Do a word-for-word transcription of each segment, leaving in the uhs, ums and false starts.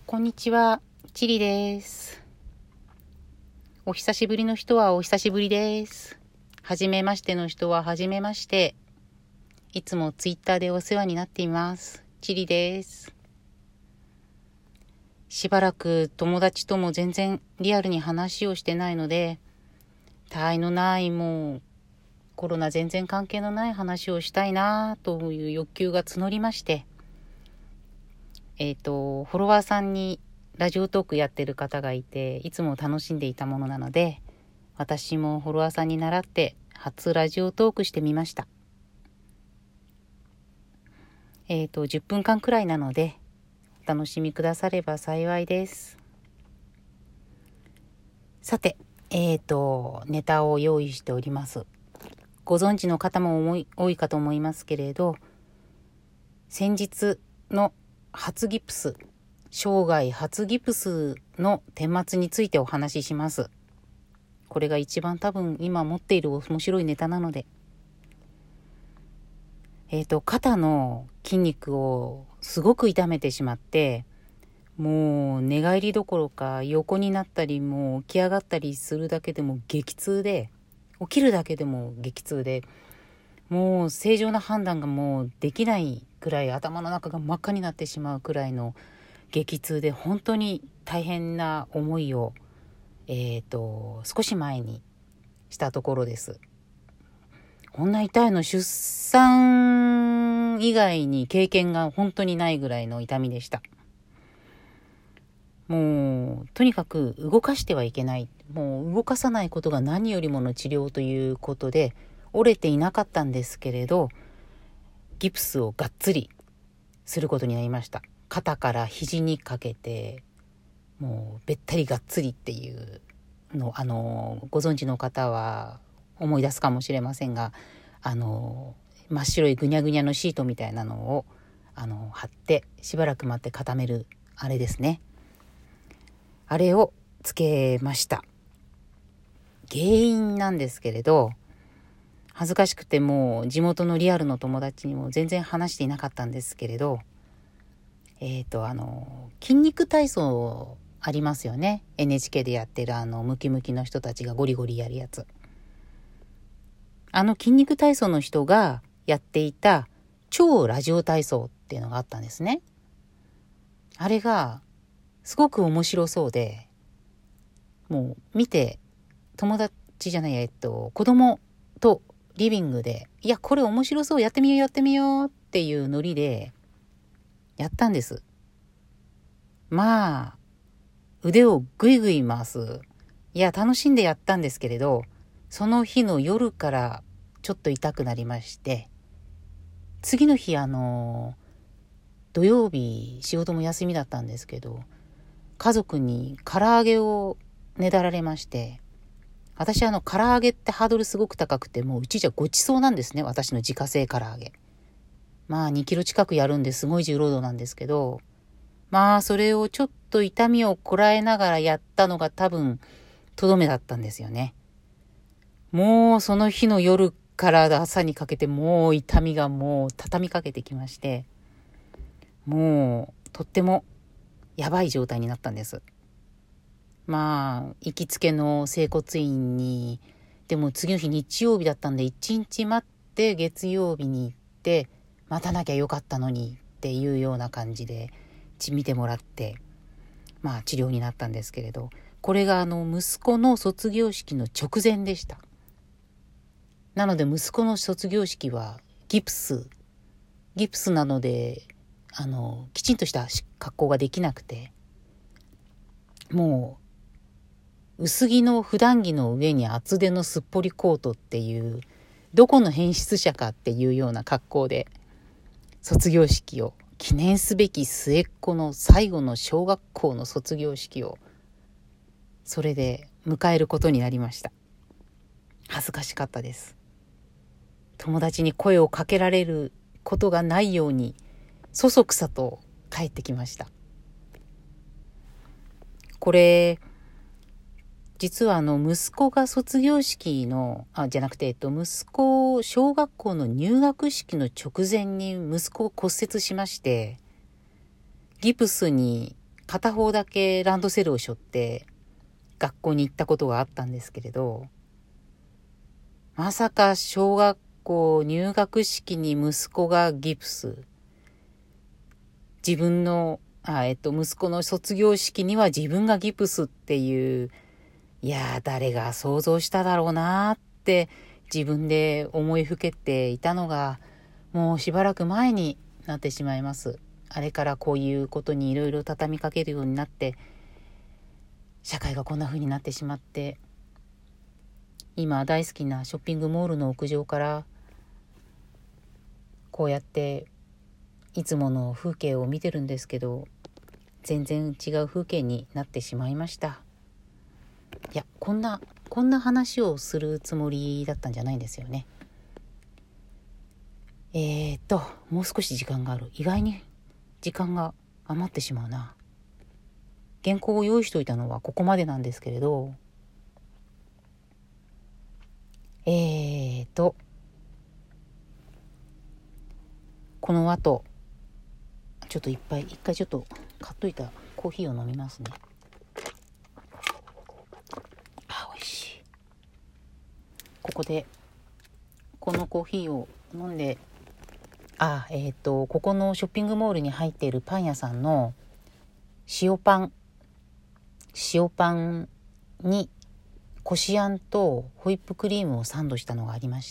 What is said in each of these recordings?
こんにちは、チリです。お久しぶりの人はお久しぶりです。はじめましての人ははじめまして。いつもツイッターでお世話になっています。チリです。しばらく友達とも全然リアルに話をしてないので、他愛のないもうコロナ全然関係のない話をしたいなという欲求が募りまして、えっと、フォロワーさんにラジオトークやってる方がいて、いつも楽しんでいたものなので、私もフォロワーさんに倣って初ラジオトークしてみました。えっと、じゅっぷんかんくらいなので、お楽しみくだされば幸いです。さて、えっと、ネタを用意しております。ご存知の方も多いかと思いますけれど、先日の初ギプス、生涯初ギプスの顛末についてお話しします。これが一番多分今持っている面白いネタなので。えっと、肩の筋肉をすごく痛めてしまって、もう寝返りどころか横になったり、もう起き上がったりするだけでも激痛で、起きるだけでも激痛で、もう正常な判断がもうできないくらい、頭の中が真っ赤になってしまうくらいの激痛で、本当に大変な思いを、えっと、少し前にしたところです。こんな痛いの出産以外に経験が本当にないぐらいの痛みでした。もう、とにかく動かしてはいけない。もう動かさないことが何よりもの治療ということで、折れていなかったんですけれど、ギプスをがっつりすることになりました。肩から肘にかけて、もうべったりがっつりっていうの、あの、ご存知の方は思い出すかもしれませんが、あの、真っ白いぐにゃぐにゃのシートみたいなのを、あの、貼って、しばらく待って固める、あれですね。あれをつけました。原因なんですけれど、恥ずかしくてもう地元のリアルの友達にも全然話していなかったんですけれど、えっと、あの、筋肉体操ありますよね。エヌエイチケー でやってるあの、ムキムキの人たちがゴリゴリやるやつ。あの筋肉体操の人がやっていた超ラジオ体操っていうのがあったんですね。あれがすごく面白そうで、もう見て、友達じゃない、えっと、子供とリビングで、いや、これ面白そう、やってみようやってみようっていうノリでやったんです。まあ、腕をぐいぐい回す。いや、楽しんでやったんですけれど、その日の夜からちょっと痛くなりまして、次の日、あの、土曜日仕事も休みだったんですけど、家族に唐揚げをねだられまして、私あの唐揚げってハードルすごく高くて、もううちじゃごちそうなんですね。私の自家製唐揚げ。まあにキロ近くやるんですごい重労働なんですけど、まあそれをちょっと痛みをこらえながらやったのが多分とどめだったんですよね。もうその日の夜から朝にかけてもう痛みがもう畳みかけてきまして、もうとってもやばい状態になったんです。まあ行きつけの整骨院に、でも次の日日曜日だったんで一日待って月曜日に行って待たなきゃよかったのにっていうような感じで見てもらって、まあ治療になったんですけれど、これがあの息子の卒業式の直前でした。なので息子の卒業式はギプスギプスなので、あのきちんとした格好ができなくて、もう薄着の普段着の上に厚手のすっぽりコートっていう、どこの変質者かっていうような格好で卒業式を、記念すべき末っ子の最後の小学校の卒業式をそれで迎えることになりました。恥ずかしかったです。友達に声をかけられることがないようにそそくさと帰ってきました。これ実はあの息子が卒業式のあじゃなくて、えっと、息子小学校の入学式の直前に息子を骨折しまして、ギプスに片方だけランドセルを背負って学校に行ったことがあったんですけれど、まさか小学校入学式に息子がギプス、自分のあ、えっと、息子の卒業式には自分がギプスっていう、いやー誰が想像しただろうなーって自分で思いふけていたのがもうしばらく前になってしまいます。あれからこういうことにいろいろ畳みかけるようになって、社会がこんな風になってしまって、今大好きなショッピングモールの屋上からこうやっていつもの風景を見てるんですけど、全然違う風景になってしまいました。いや、こんなこんな話をするつもりだったんじゃないんですよね。えーっともう少し時間がある。意外に時間が余ってしまうな。原稿を用意しておいたのはここまでなんですけれど、えーっとこの後ちょっといっぱい一回ちょっと買っといたコーヒーを飲みますね。あ、美味しい。ここでこのコーヒーを飲んで、あ、えっとここのショッピングモールに入っているパン屋さんの塩パン塩パンにこしあんとホイップクリームをサンドしたのがありまして、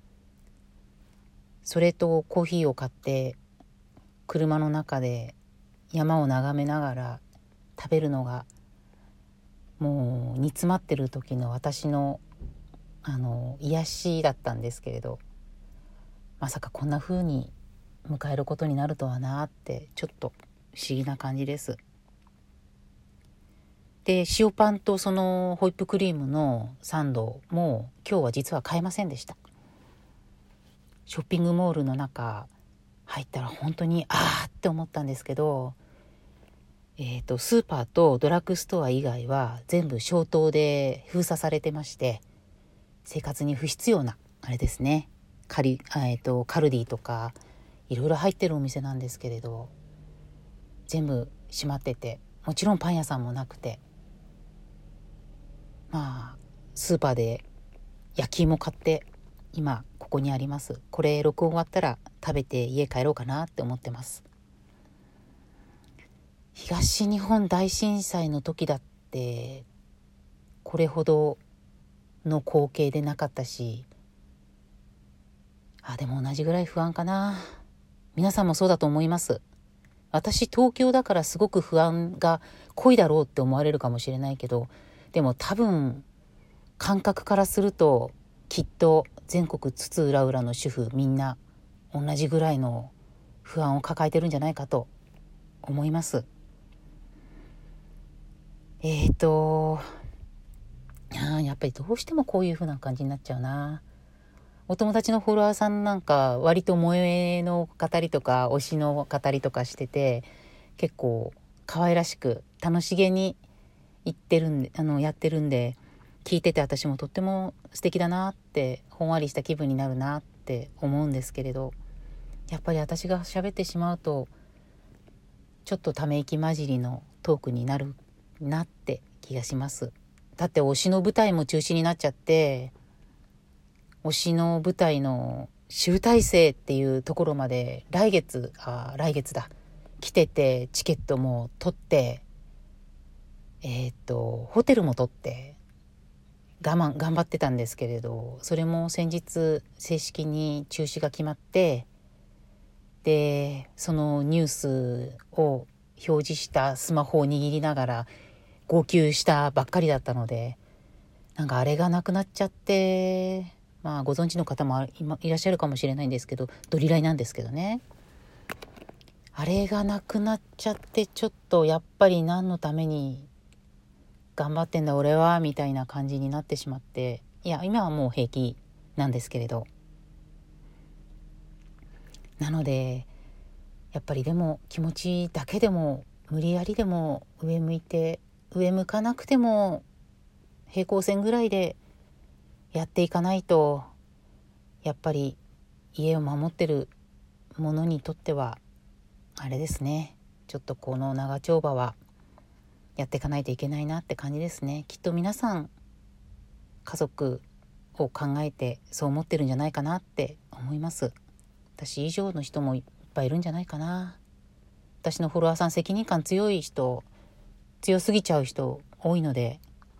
それとコーヒーを買って車の中で山を眺めながら食べるのが、もう煮詰まってる時の私のあの癒しだったんですけれど、まさかこんな風に迎えることになるとはなって、ちょっと不思議な感じです。で、塩パンとそのホイップクリームのサンドも今日は実は買えませんでした。ショッピングモールの中入ったら本当にあーって思ったんですけど、えーと、スーパーとドラッグストア以外は全部消灯で封鎖されてまして、生活に不必要なあれですね、カリ、えーと、カルディとかいろいろ入ってるお店なんですけれど、全部閉まってて、もちろんパン屋さんもなくて、まあスーパーで焼き芋買って今ここにあります。これ録音終わったら食べて家帰ろうかなって思ってます。東日本大震災の時だってこれほどの光景でなかったし、あ、でも同じぐらい不安かな。皆さんもそうだと思います。私東京だからすごく不安が濃いだろうって思われるかもしれないけど、でも多分感覚からするときっと全国津々浦々の主婦みんな同じぐらいの不安を抱えてるんじゃないかと思います。えーとあやっぱりどうしてもこういう風な感じになっちゃうな。お友達のフォロワーさんなんか割と萌えの語りとか推しの語りとかしてて、結構可愛らしく楽しげに言ってるんで、あのやってるんで、聞いてて私もとっても素敵だなって、ほんわりした気分になるなって思うんですけれど、やっぱり私が喋ってしまうとちょっとため息混じりのトークになるなって気がします。だって推しの舞台も中止になっちゃって、推しの舞台の集大成っていうところまで来月あ来月だ来てて、チケットも取って、えー、っとホテルも取って我慢頑張ってたんですけれど、それも先日正式に中止が決まって、でそのニュースを表示したスマホを握りながら号泣したばっかりだったので、なんかあれがなくなっちゃって、まあご存知の方も い, いらっしゃるかもしれないんですけど、ドリライなんですけどね、あれがなくなっちゃって、ちょっとやっぱり何のために頑張ってんだ俺はみたいな感じになってしまって、いや今はもう平気なんですけれど、なのでやっぱりでも気持ちだけでも無理やりでも上向いて、上向かなくても平行線ぐらいでやっていかないと、やっぱり家を守ってる者にとってはあれですね、 ちょっとこの長丁場はやっていかないといけないなって感じですね。きっと皆さん家族を考えてそう思ってるんじゃないかなって思います。私以上の人もいっぱいいるんじゃないかな。私のフォロワーさん責任感強い人、強すぎちゃう人多いので、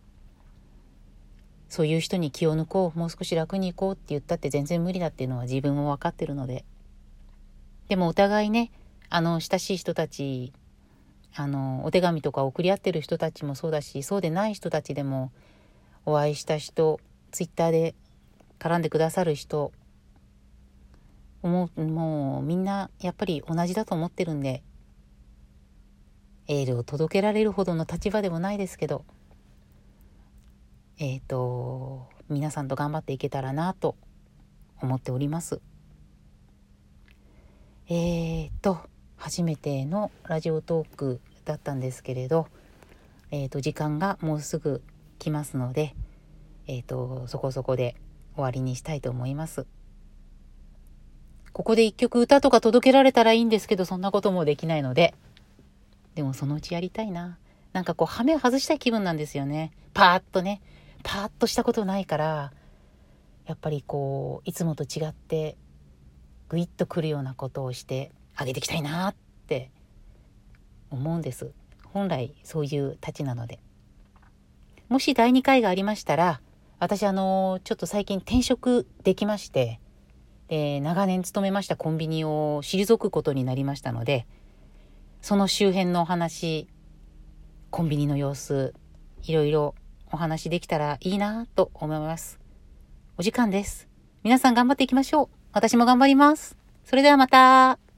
そういう人に気を抜こう、もう少し楽に行こうって言ったって全然無理だっていうのは自分も分かってるので。でもお互いね、あの親しい人たち、あのお手紙とか送り合ってる人たちもそうだし、そうでない人たちでもお会いした人、ツイッターで絡んでくださる人、もう、もうみんなやっぱり同じだと思ってるんで、エールを届けられるほどの立場でもないですけど、えっと皆さんと頑張っていけたらなと思っております。えっと初めてのラジオトークだったんですけれど、えっと時間がもうすぐ来ますので、えっとそこそこで終わりにしたいと思います。ここで一曲歌とか届けられたらいいんですけど、そんなこともできないので、でもそのうちやりたいな。なんかこう羽目を外したい気分なんですよね。パーッとね、パーッとしたことないから、やっぱりこういつもと違ってグイッとくるようなことをしてあげていきたいなって思うんです。本来そういうたちなので。もしだいにかいがありましたら、私あのちょっと最近転職できまして、で長年勤めましたコンビニを退くことになりましたので、その周辺のお話、コンビニの様子、いろいろお話できたらいいなと思います。お時間です。皆さん頑張っていきましょう。私も頑張ります。それではまた。